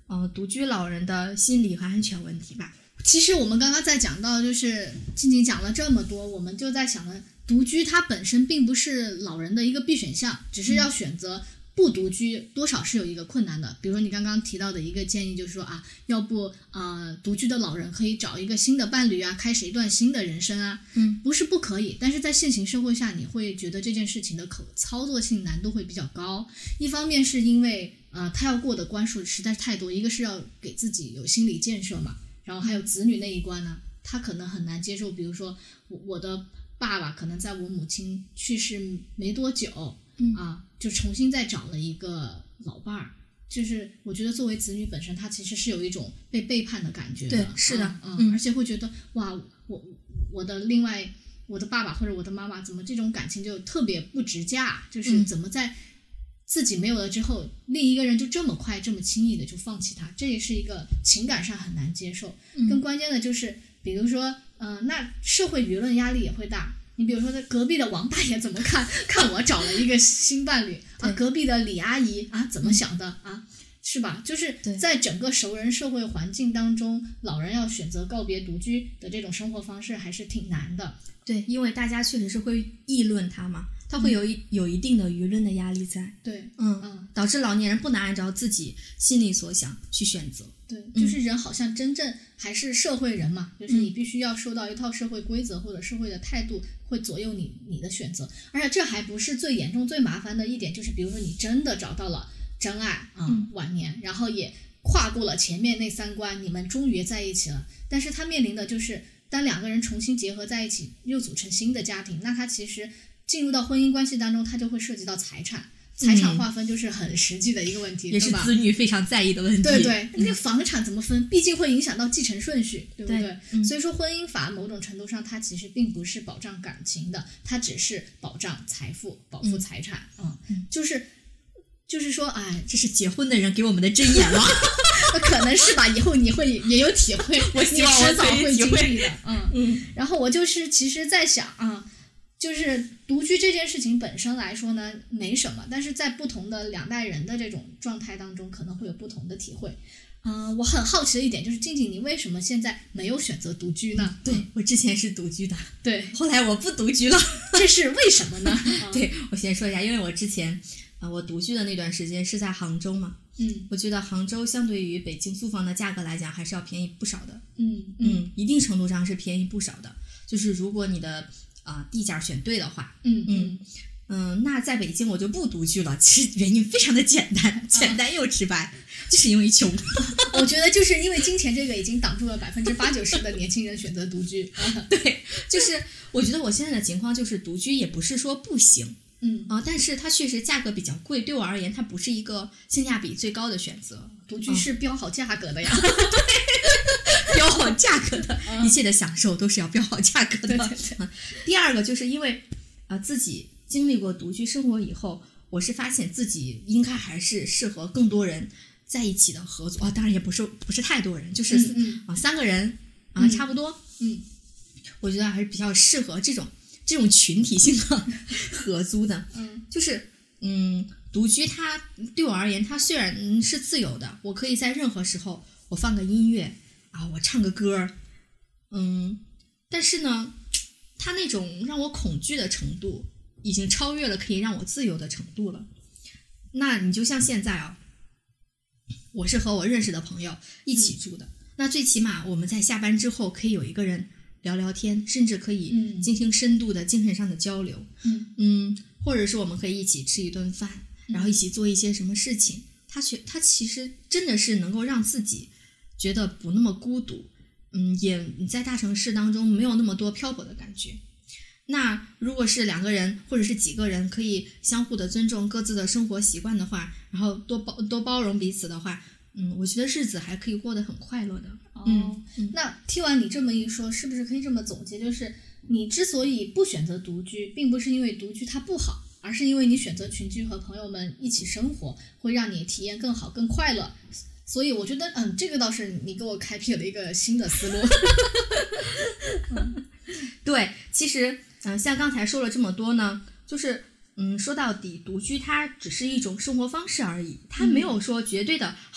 呃独居老人的心理和安全问题吧。 其实我们刚刚在讲到，就是静静讲了这么多，我们就在想了，独居它本身并不是老人的一个必选项，只是要选择不独居，多少是有一个困难的。比如说你刚刚提到的一个建议，就是说啊，要不呃独居的老人可以找一个新的伴侣啊，开始一段新的人生啊。 嗯， 不是不可以，但是在现行社会下，你会觉得这件事情的可操作性难度会比较高。一方面是因为呃他要过的关数实在是太多，一个是要给自己有心理建设嘛。然后还有子女那一关呢，他可能很难接受。比如说我我的爸爸可能在我母亲去世没多久， 嗯啊，就重新再找了一个老伴儿。就是我觉得作为子女本身，他其实是有一种被背叛的感觉的。 对，是的， 嗯， 嗯而且会觉得哇，我我的另外我的爸爸或者我的妈妈怎么这种感情就特别不值价，就是怎么在自己没有了之后，另一个人就这么快这么轻易的就放弃他，这也是一个情感上很难接受。 嗯、 更关键的就是比如说呃，那社会舆论压力也会大。你比如说隔壁的王大爷怎么看看我找了一个新伴侣啊，隔壁的李阿姨啊怎么想的、嗯、啊，是吧？就是在整个熟人社会环境当中，老人要选择告别独居的这种生活方式还是挺难的。 对，因为大家确实是会议论他嘛，他会有一、嗯、有一定的舆论的压力在。 对， 嗯嗯，导致老年人不能按照自己心里所想去选择。 对，就是人好像真正还是社会人嘛、嗯、就是你必须要受到一套社会规则或者社会的态度会左右你你的选择。而且这还不是最严重最麻烦的一点，就是比如说你真的找到了真爱啊、嗯，晚年然后也跨过了前面那三关，你们终于在一起了，但是他面临的就是当两个人重新结合在一起又组成新的家庭，那他其实进入到婚姻关系当中，他就会涉及到财产财产划分，就是很实际的一个问题、嗯、 也是子女非常在意的问题。 对对，那个房产怎么分、嗯、毕竟会影响到继承顺序，对不对？ 对、嗯、 所以说婚姻法某种程度上它其实并不是保障感情的，它只是保障财富保护财产。 嗯, 嗯就是就是说哎， 这是结婚的人给我们的箴言了可能是吧，以后你会也有体会我希望我迟早会经历的。 嗯嗯， 然后我就是其实在想啊，就是独居这件事情本身来说呢没什么，但是在不同的两代人的这种状态当中可能会有不同的体会。嗯、呃，我很好奇的一点就是静静你为什么现在没有选择独居呢？ 对、嗯、我之前是独居的， 对， 后来我不独居了这是为什么呢？ 对，我先说一下，因为我之前呃我独居的那段时间是在杭州嘛， 嗯， 我觉得杭州相对于北京租房的价格来讲还是要便宜不少的。 嗯嗯，一定程度上是便宜不少的，就是如果你的啊、呃、地价选对的话。 嗯嗯嗯，那在北京我就不独居了，其实原因非常的简单，简单又直白、啊、就是因为穷我觉得就是因为金钱这个已经挡住了百分之八九十的年轻人选择独居对，就是我觉得我现在的情况就是独居也不是说不行， 嗯啊、呃，但是它确实价格比较贵，对我而言它不是一个性价比最高的选择。 独居是标好价格的呀、 嗯、对，标好价格的、嗯、一切的享受都是要标好价格的。 对对对、 嗯、第二个就是因为呃自己经历过独居生活以后，我是发现自己应该还是适合更多人在一起的合作啊、哦，当然也不是不是太多人，就是啊、 嗯呃、三个人啊、呃嗯、 差不多， 嗯， 我觉得还是比较适合这种这种群体性的合租的， 嗯， 就是嗯，独居它对我而言，它虽然是自由的，我可以在任何时候我放个音乐啊，我唱个歌，嗯，但是呢，它那种让我恐惧的程度已经超越了可以让我自由的程度了。那你就像现在啊，我是和我认识的朋友一起住的，嗯、那最起码我们在下班之后可以有一个人聊聊天，甚至可以进行深度的精神上的交流， 嗯嗯，或者是我们可以一起吃一顿饭，然后一起做一些什么事情，它却它其实真的是能够让自己觉得不那么孤独，嗯，也在大城市当中没有那么多漂泊的感觉。那如果是两个人或者是几个人可以相互的尊重各自的生活习惯的话，然后多包多包容彼此的话，嗯，我觉得日子还可以过得很快乐的。 哦，嗯、那听完你这么一说，是不是可以这么总结，就是你之所以不选择独居，并不是因为独居它不好，而是因为你选择群居和朋友们一起生活，会让你体验更好更快乐。所以我觉得嗯，这个倒是你给我开辟了一个新的思路。 嗯、对，其实嗯，像刚才说了这么多呢，就是嗯，说到底独居它只是一种生活方式而已，它没有说绝对的好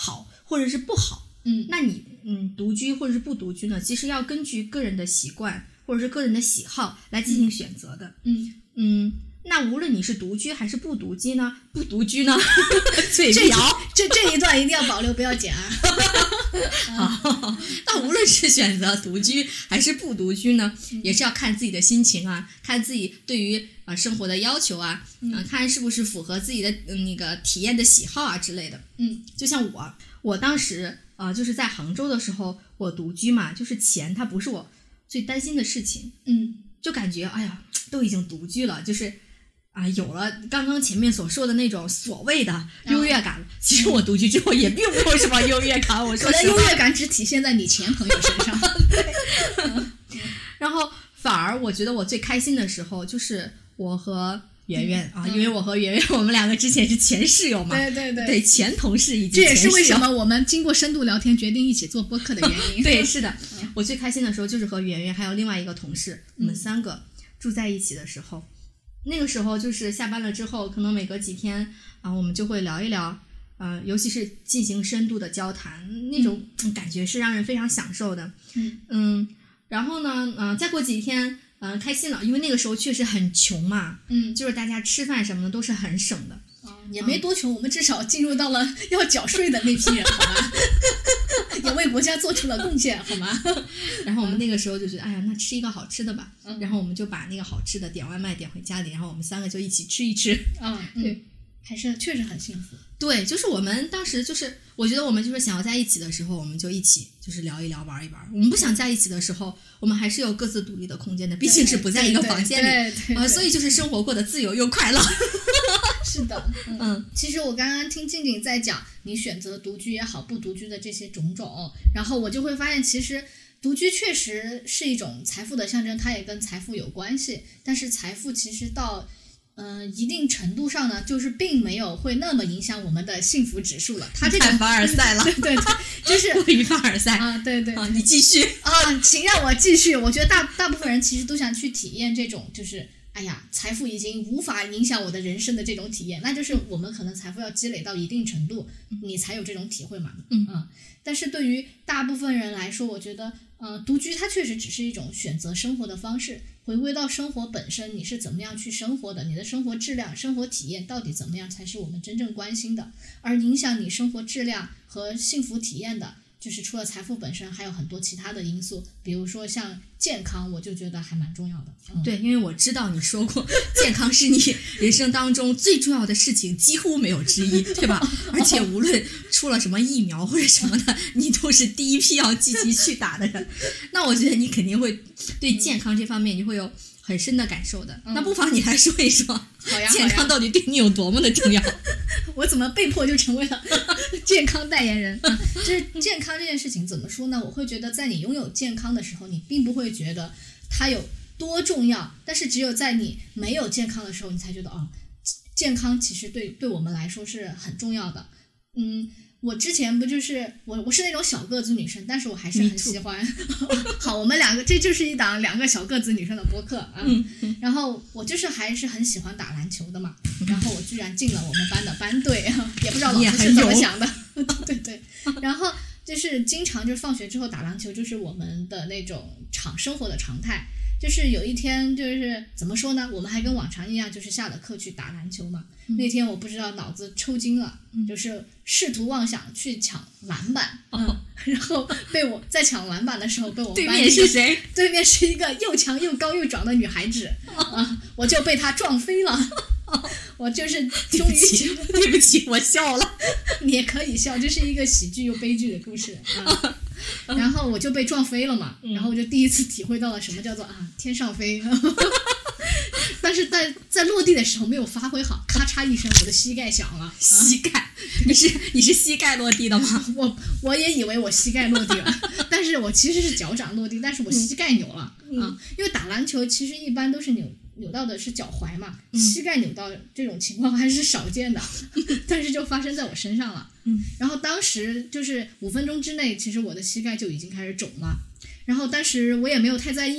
或者是不好， 嗯， 那你嗯独居或者是不独居呢，其实要根据个人的习惯或者是个人的喜好来进行选择的。 嗯嗯，那无论你是独居还是不独居呢，不独居呢，嘴这瓢， 这这一段一定要保留，不要剪啊。 好，那无论是选择独居还是不独居呢，也是要看自己的心情啊，看自己对于啊、呃、生活的要求啊，嗯、呃，看是不是符合自己的、呃、那个体验的喜好啊之类的。 嗯， 就像我，我当时啊、呃、就是在杭州的时候，我独居嘛，就是钱它不是我最担心的事情， 嗯， 就感觉哎呀，都已经独居了，就是啊，有了刚刚前面所说的那种所谓的优越感了。嗯、其实我独居之后也并没有什么优越感，我说可能优越感只体现在你前朋友身上。 嗯、然后反而我觉得我最开心的时候就是我和圆圆、嗯、啊，因为我和圆圆我们两个之前是前室友嘛， 对对对， 对前同事以及前室友， 这也是为什么我们经过深度聊天决定一起做播客的原因。 对，是的，我最开心的时候就是和圆圆还有另外一个同事，我们三个住在一起的时候。那个时候就是下班了之后，可能每隔几天啊，我们就会聊一聊，呃，尤其是进行深度的交谈，那种感觉是让人非常享受的。 嗯嗯，然后呢，嗯、呃，再过几天，嗯、呃，开心了，因为那个时候确实很穷嘛， 嗯， 就是大家吃饭什么的都是很省的。 也没多穷、嗯，我们至少进入到了要缴税的那批人，好吗？也为国家做出了贡献，好吗？ 然后我们那个时候就觉得，哎呀，那吃一个好吃的吧。 嗯、 然后我们就把那个好吃的点外卖点回家里，然后我们三个就一起吃一吃。 嗯，对，还是确实很幸福。 对，就是我们当时就是，我觉得我们就是想要在一起的时候，我们就一起就是聊一聊，玩一玩。我们不想在一起的时候，我们还是有各自独立的空间的，毕竟是不在一个房间里对对对对啊、呃，所以就是生活过得自由又快乐。 是的， 嗯，嗯其实我刚刚听静静在讲你选择独居也好，不独居的这些种种，然后我就会发现，其实独居确实是一种财富的象征，它也跟财富有关系。但是财富其实到嗯、呃、一定程度上呢，就是并没有会那么影响我们的幸福指数了。它这种凡尔赛了， 对对对，就是过于凡尔赛啊，对对， 啊，你继续啊，请让我继续。我觉得大大部分人其实都想去体验这种，就是哎呀，财富已经无法影响我的人生的这种体验，那就是我们可能财富要积累到一定程度，你才有这种体会嘛。 嗯嗯，但是对于大部分人来说，我觉得，呃，独居它确实只是一种选择生活的方式。回归到生活本身，你是怎么样去生活的？你的生活质量、生活体验到底怎么样，才是我们真正关心的。而影响你生活质量和幸福体验的，就是除了财富本身，还有很多其他的因素，比如说像健康，我就觉得还蛮重要的。嗯、 对，因为我知道你说过，健康是你人生当中最重要的事情，几乎没有之一，对吧？而且无论出了什么疫苗或者什么的，你都是第一批要积极去打的人。那我觉得你肯定会对健康这方面你会有很深的感受的。嗯、那不妨你来说一说， 好呀， 健康到底对你有多么的重要？ 我怎么被迫就成为了健康代言人？嗯、就是健康这件事情怎么说呢？我会觉得在你拥有健康的时候，你并不会觉得它有多重要，但是只有在你没有健康的时候，你才觉得哦，健康其实对对我们来说是很重要的。嗯，我之前不就是我我是那种小个子女生，但是我还是很喜欢。好，我们两个这就是一档两个小个子女生的播客啊。 嗯嗯、 然后我就是还是很喜欢打篮球的嘛，然后我居然进了我们班的班队，也不知道老师是怎么想的。对对，然后就是经常就是放学之后打篮球，就是我们的那种常生活的常态。就是有一天就是怎么说呢，我们还跟往常一样，就是下了课去打篮球嘛。嗯、那天我不知道脑子抽筋了，嗯、就是试图妄想去抢篮板， 哦、 嗯，然后被我在抢篮板的时候被我们班对面是谁？ 对面是一个又强又高又壮的女孩子， 哦、 啊，我就被她撞飞了。哦、我就是终于对不起，我笑了。 你也可以笑，这是一个喜剧又悲剧的故事啊。然后我就被撞飞了嘛， 嗯、 然后我就第一次体会到了什么叫做啊天上飞，但是在在落地的时候没有发挥好，咔嚓一声，我的膝盖响了。 膝盖？啊、你是你是膝盖落地的吗？ 我我也以为我膝盖落地了，但是我其实是脚掌落地，但是我膝盖扭了、 嗯、 啊，因为打篮球其实一般都是扭。扭到的是脚踝嘛，嗯、膝盖扭到这种情况还是少见的，但是就发生在我身上了。 嗯， 然后当时就是五分钟之内，其实我的膝盖就已经开始肿了。然后当时我也没有太在意嘛，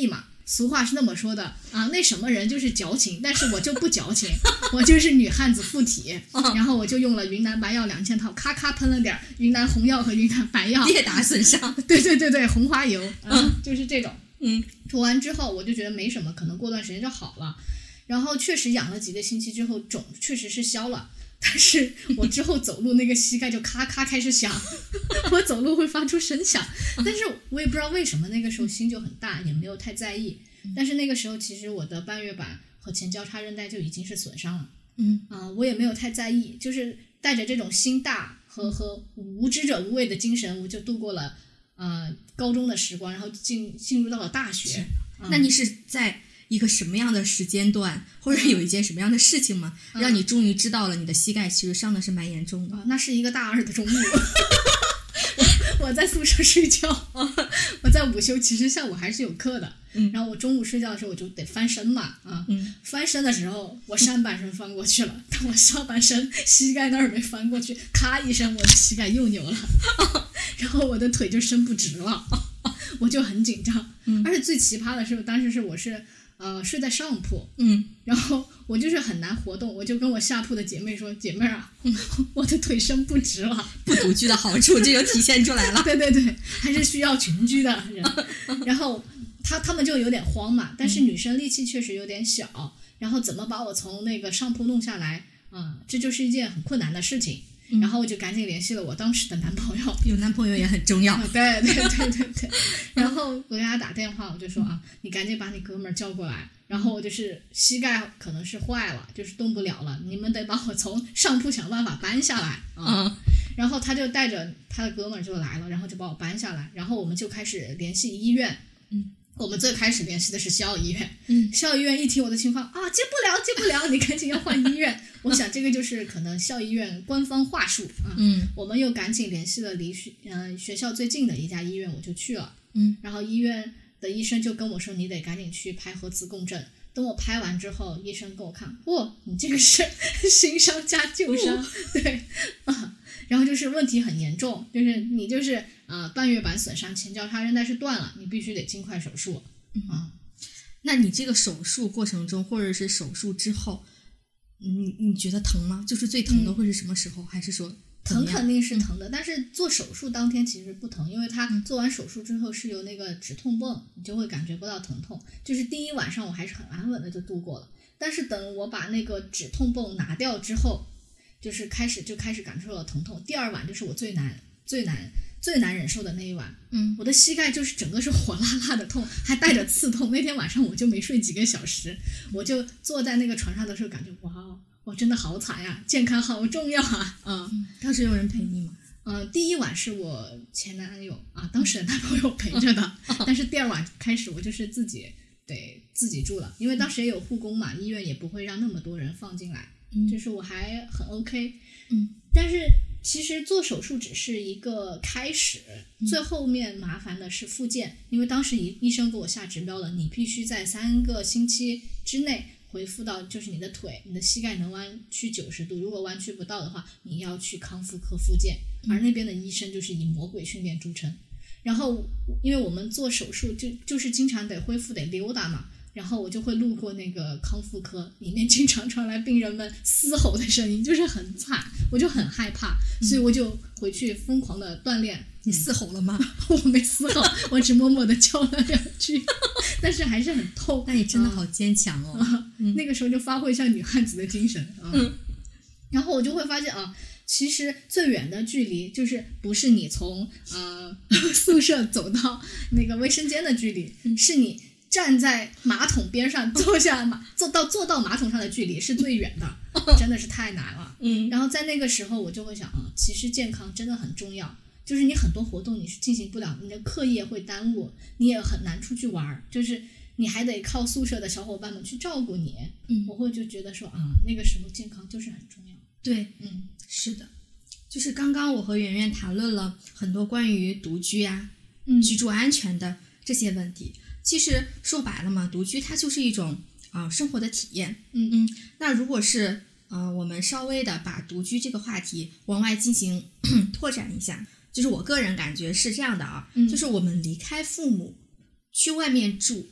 俗话是那么说的啊，那什么人就是矫情，但是我就不矫情，我就是女汉子附体。然后我就用了云南白药两件套，咔咔喷了点云南红药和云南白药， 跌打损伤。 对对对对，红花油，嗯， 嗯就是这种。 嗯， 涂完之后我就觉得没什么，可能过段时间就好了。然后确实养了几个星期之后，肿确实是消了。但是我之后走路那个膝盖就咔咔开始响，我走路会发出声响，但是我也不知道为什么那个时候心就很大，也没有太在意。但是那个时候其实我的半月板和前交叉韧带就已经是损伤了， 嗯啊、呃，我也没有太在意，就是带着这种心大和和无知者无畏的精神，我就度过了呃高中的时光，然后进进入到了大学。 嗯、那你是在一个什么样的时间段，或者有一件什么样的事情吗、嗯、让你终于知道了你的膝盖其实伤的是蛮严重的、 啊、那是一个大二的中午我, 我在宿舍睡觉我在午休，其实下午还是有课的、嗯、然后我中午睡觉的时候我就得翻身嘛啊、嗯，翻身的时候我上半身翻过去了、嗯、但我下半身膝盖那儿没翻过去，咔一声我的膝盖又扭了然后我的腿就伸不直了我就很紧张、嗯、而且最奇葩的是当时是我是呃，睡在上铺，嗯，然后我就是很难活动，我就跟我下铺的姐妹说，姐妹啊，嗯、我的腿伸不直了。 不独居的好处这就体现出来了。 对对对，还是需要群居的人。然后他他们就有点慌嘛，但是女生力气确实有点小，嗯、然后怎么把我从那个上铺弄下来啊、嗯，这就是一件很困难的事情。然后我就赶紧联系了我当时的男朋友， 有男朋友也很重要。 嗯、对对对对对。然后我给他打电话，我就说啊，你赶紧把你哥们儿叫过来。然后我就是膝盖可能是坏了，就是动不了了，你们得把我从上铺想办法搬下来啊。嗯、然后他就带着他的哥们儿就来了，然后就把我搬下来，然后我们就开始联系医院。嗯。我们最开始联系的是校医院，嗯，校医院一听我的情况啊，接不了，接不了，你赶紧要换医院。我想这个就是可能校医院官方话术啊，嗯，我们又赶紧联系了离学嗯、呃、学校最近的一家医院，我就去了，嗯，然后医院的医生就跟我说，你得赶紧去拍核磁共振。等我拍完之后，医生跟我看，哇，你这个是新伤加旧伤，哦、对啊，然后就是问题很严重，就是你就是呃半月板损伤，前交叉韧带是断了，你必须得尽快手术。嗯，啊、 那你这个手术过程中或者是手术之后，你你觉得疼吗？就是最疼的会是什么时候？嗯、还是说疼肯定是疼的、嗯、但是做手术当天其实不疼，因为他做完手术之后是有那个止痛泵，你就会感觉不到疼痛。就是第一晚上我还是很安稳的就度过了，但是等我把那个止痛泵拿掉之后，就是开始就开始感受到疼痛。第二晚就是我最难最难最难忍受的那一晚，嗯，我的膝盖就是整个是火辣辣的痛，还带着刺痛。那天晚上我就没睡几个小时，我就坐在那个床上的时候感觉哇我真的好惨呀，健康好重要啊！啊、嗯， 当时有人陪你吗？ 呃，第一晚是我前男友啊，当时的男朋友陪着的，哦、但是第二晚开始我就是自己得自己住了，因为当时也有护工嘛，医院也不会让那么多人放进来，嗯、就是我还很 OK， 嗯，但是其实做手术只是一个开始，嗯、最后面麻烦的是复健，因为当时医医生给我下指标了，你必须在三个星期之内恢复到就是你的腿你的膝盖能弯曲九十度，如果弯曲不到的话你要去康复科复健，而那边的医生就是以魔鬼训练著称。然后因为我们做手术就就是经常得恢复得溜达嘛，然后我就会路过那个康复科，里面经常传来病人们嘶吼的声音，就是很惨，我就很害怕，所以我就回去疯狂的锻炼。 你嘶吼了吗？ 我没嘶吼，我只默默的叫了两句，但是还是很痛。 那你真的好坚强哦、 啊嗯、那个时候就发挥一下女汉子的精神啊、嗯。然后我就会发现啊，其实最远的距离就是不是你从呃宿舍走到那个卫生间的距离，嗯、是你站在马桶边上坐下马坐到坐到马桶上的距离是最远的，真的是太难了。嗯，然后在那个时候我就会想啊，其实健康真的很重要，就是你很多活动你是进行不了，你的课业会耽误，你也很难出去玩，就是你还得靠宿舍的小伙伴们去照顾你。嗯，我会就觉得说啊，那个时候健康就是很重要。 对，嗯，是的，就是刚刚我和圆圆谈论了很多关于独居啊、嗯、居住安全的这些问题。其实说白了嘛，独居它就是一种啊、呃、生活的体验。嗯嗯，那如果是呃我们稍微的把独居这个话题往外进行拓展一下，就是我个人感觉是这样的啊，嗯、就是我们离开父母去外面住，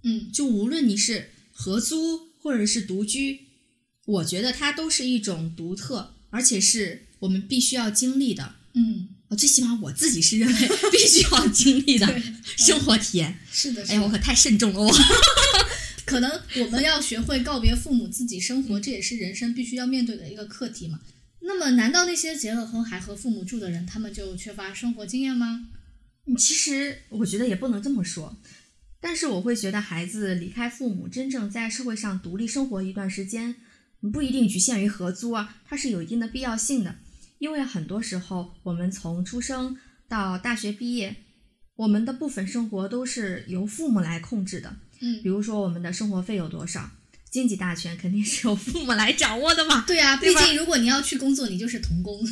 嗯， 就无论你是合租或者是独居，我觉得它都是一种独特，而且是我们必须要经历的。 嗯， 最起码我自己是认为必须要经历的生活体验。 是的，是的。 哎呀，我可太慎重了我。 可能我们要学会告别父母，自己生活，这也是人生必须要面对的一个课题嘛。那么难道那些结了婚还和父母住的人，他们就缺乏生活经验吗？ 其实我觉得也不能这么说，但是我会觉得孩子离开父母，真正在社会上独立生活一段时间，不一定局限于合租啊，它是有一定的必要性的。因为很多时候我们从出生到大学毕业，我们的部分生活都是由父母来控制的。 嗯， 比如说我们的生活费有多少，经济大权肯定是由父母来掌握的嘛。 对啊，毕竟如果你要去工作，你就是童工。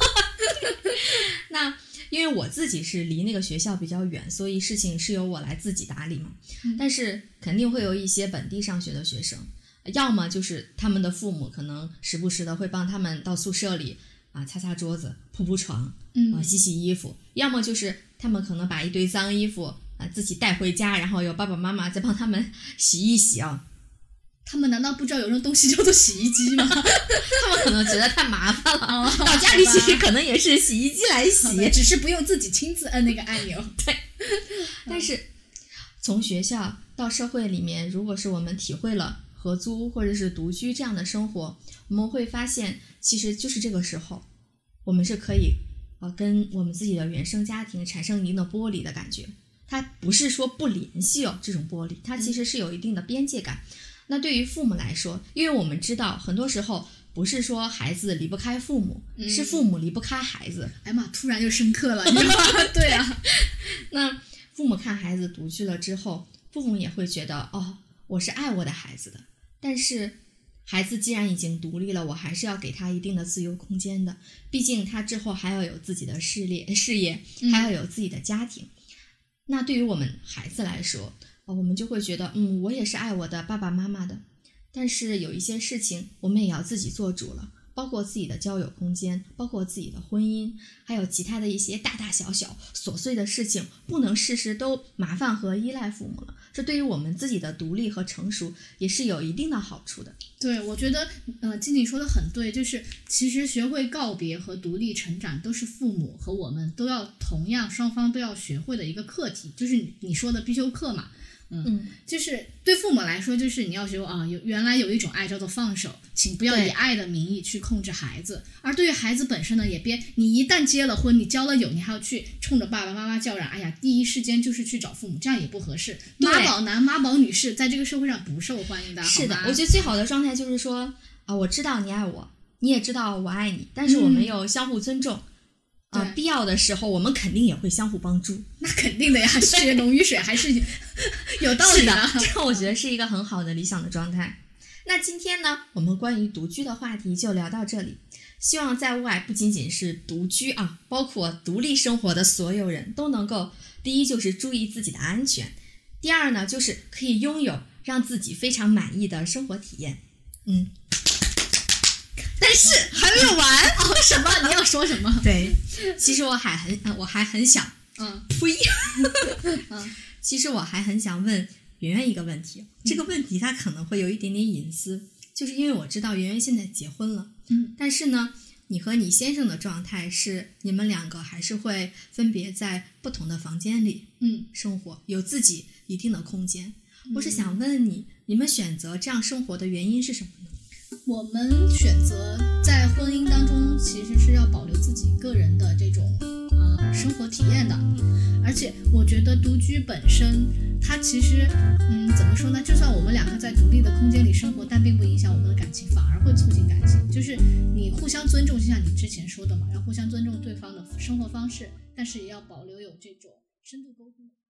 那因为我自己是离那个学校比较远，所以事情是由我来自己打理嘛。 嗯、 但是肯定会有一些本地上学的学生，要么就是他们的父母可能时不时的会帮他们到宿舍里啊擦擦桌子、铺铺床， 嗯啊洗洗衣服，要么就是他们可能把一堆脏衣服啊自己带回家，然后有爸爸妈妈再帮他们洗一洗啊。 他们难道不知道有种东西叫做洗衣机吗？他们可能觉得太麻烦了， 哦、 到家里其实可能也是洗衣机来洗， 只是不用自己亲自摁那个按钮。 对，但是从学校到社会里面，如果是我们体会了合租或者是独居这样的生活，我们会发现其实就是这个时候我们是可以呃跟我们自己的原生家庭产生一定的剥离的感觉。它不是说不联系哦，这种剥离它其实是有一定的边界感。嗯，那对于父母来说，因为我们知道很多时候不是说孩子离不开父母， 嗯、 是父母离不开孩子。 哎妈，突然就深刻了，你知道吗？对啊， 那父母看孩子独居了之后，父母也会觉得哦，我是爱我的孩子的，但是孩子既然已经独立了，我还是要给他一定的自由空间的，毕竟他之后还要有自己的事业，事业还要有自己的家庭。嗯、那对于我们孩子来说，我们就会觉得，嗯，我也是爱我的爸爸妈妈的，但是有一些事情我们也要自己做主了，包括自己的交友空间，包括自己的婚姻，还有其他的一些大大小小琐碎的事情，不能事事都麻烦和依赖父母了。这对于我们自己的独立和成熟也是有一定的好处的。 对，我觉得呃，静静说的很对，就是其实学会告别和独立成长都是父母和我们都要同样双方都要学会的一个课题，就是你说的必修课嘛。嗯， 嗯， 就是对父母来说，就是你要学啊，有原来有一种爱叫做放手，请不要以爱的名义去控制孩子。而对于孩子本身呢，也别你一旦结了婚，你交了友，你还要去冲着爸爸妈妈叫嚷，哎呀，第一时间就是去找父母，这样也不合适。妈宝男、妈宝女是在这个社会上不受欢迎的。 是的，我觉得最好的状态就是说啊，我知道你爱我，你也知道我爱你，但是我们有相互尊重。嗯啊、呃，必要的时候我们肯定也会相互帮助。 那肯定的呀，血浓于水还是有道理的。 这个我觉得是一个很好的理想的状态。那今天呢，我们关于独居的话题就聊到这里。希望在外不仅仅是独居啊，包括独立生活的所有人都能够，第一就是注意自己的安全，第二呢就是可以拥有让自己非常满意的生活体验。嗯。但是还没有完哦！什么？你要说什么？ 对，其实我还很，我还很想， 嗯， 呸， 嗯， 其实我还很想问圆圆一个问题，这个问题它可能会有一点点隐私，就是因为我知道圆圆现在结婚了， 嗯， 但是呢，你和你先生的状态是你们两个还是会分别在不同的房间里， 嗯， 生活，有自己一定的空间。我是想问你，你们选择这样生活的原因是什么呢？ 我们选择在婚姻当中其实是要保留自己个人的这种呃生活体验的，而且我觉得独居本身它其实嗯怎么说呢，就算我们两个在独立的空间里生活，但并不影响我们的感情，反而会促进感情。就是你互相尊重，就像你之前说的嘛，要互相尊重对方的生活方式，但是也要保留有这种深度沟通。